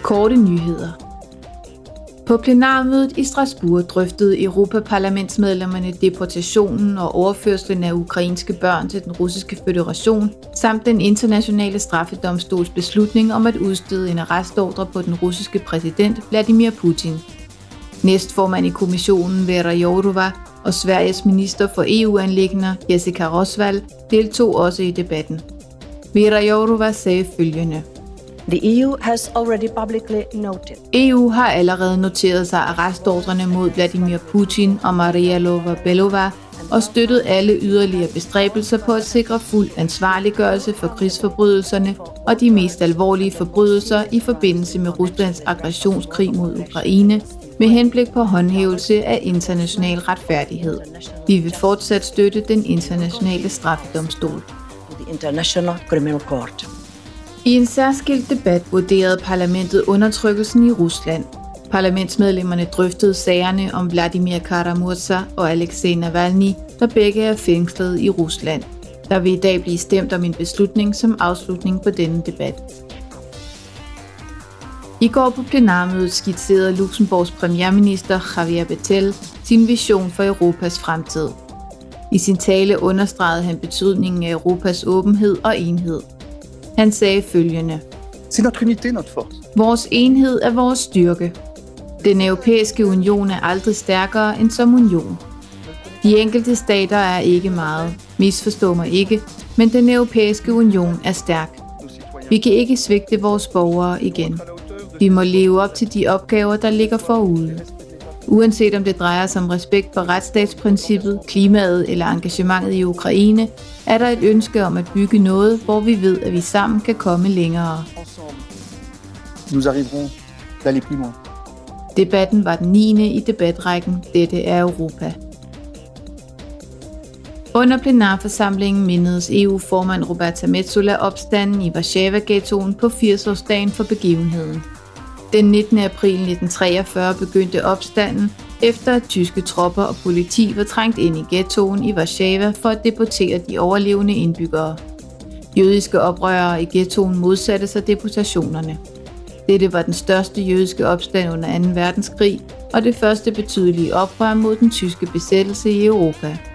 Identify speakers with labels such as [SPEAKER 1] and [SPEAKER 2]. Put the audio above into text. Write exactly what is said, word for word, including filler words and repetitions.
[SPEAKER 1] Korte nyheder. På plenarmødet i Strasbourg drøftede Europaparlamentsmedlemmerne deportationen og overførslen af ukrainske børn til den russiske føderation, samt den internationale straffedomstols beslutning om at udstede en arrestordre på den russiske præsident Vladimir Putin. Næstformand i kommissionen Věra Jourová og Sveriges minister for E U-anliggender Jessica Roswall deltog også i debatten. Věra Jourová sagde følgende:
[SPEAKER 2] The E U has already publicly noted.
[SPEAKER 1] E U har allerede noteret sig arrestordrene mod Vladimir Putin og Maria Lvova-Belova og støttet alle yderligere bestræbelser på at sikre fuld ansvarliggørelse for krigsforbrydelserne og de mest alvorlige forbrydelser i forbindelse med Ruslands aggressionskrig mod Ukraine med henblik på håndhævelse af international retfærdighed. Vi vil fortsat støtte den internationale straffedomstol.
[SPEAKER 2] The International Criminal Court.
[SPEAKER 1] I en særskilt debat vurderede parlamentet undertrykkelsen i Rusland. Parlamentsmedlemmerne drøftede sagerne om Vladimir Kara-Murza og Alexei Navalny, der begge er fængslet i Rusland. Der vil i dag blive stemt om en beslutning som afslutning på denne debat. I går på plenarmødet skitserede Luxembourgs premierminister Javier Bettel sin vision for Europas fremtid. I sin tale understregede han betydningen af Europas åbenhed og enhed. Han sagde følgende: Vores enhed er vores styrke. Den europæiske union er aldrig stærkere end som union. De enkelte stater er ikke meget, misforstå mig ikke, men den europæiske union er stærk. Vi kan ikke svigte vores borgere igen. Vi må leve op til de opgaver, der ligger forude. Uanset om det drejer sig om respekt for retsstatsprincippet, klimaet eller engagementet i Ukraine, er der et ønske om at bygge noget, hvor vi ved, at vi sammen kan komme længere. Debatten var den niende i debatrækken Dette er Europa. Under plenarforsamlingen mindedes E U-formand Roberta Metsola opstanden i Warszawa-ghettoen på firs-årsdagen for begivenheden. Den nittende april nitten treogfyrre begyndte opstanden, efter at tyske tropper og politi var trængt ind i ghettoen i Warszawa for at deportere de overlevende indbyggere. Jødiske oprørere i ghettoen modsatte sig deportationerne. Dette var den største jødiske opstand under anden verdenskrig og det første betydelige oprør mod den tyske besættelse i Europa.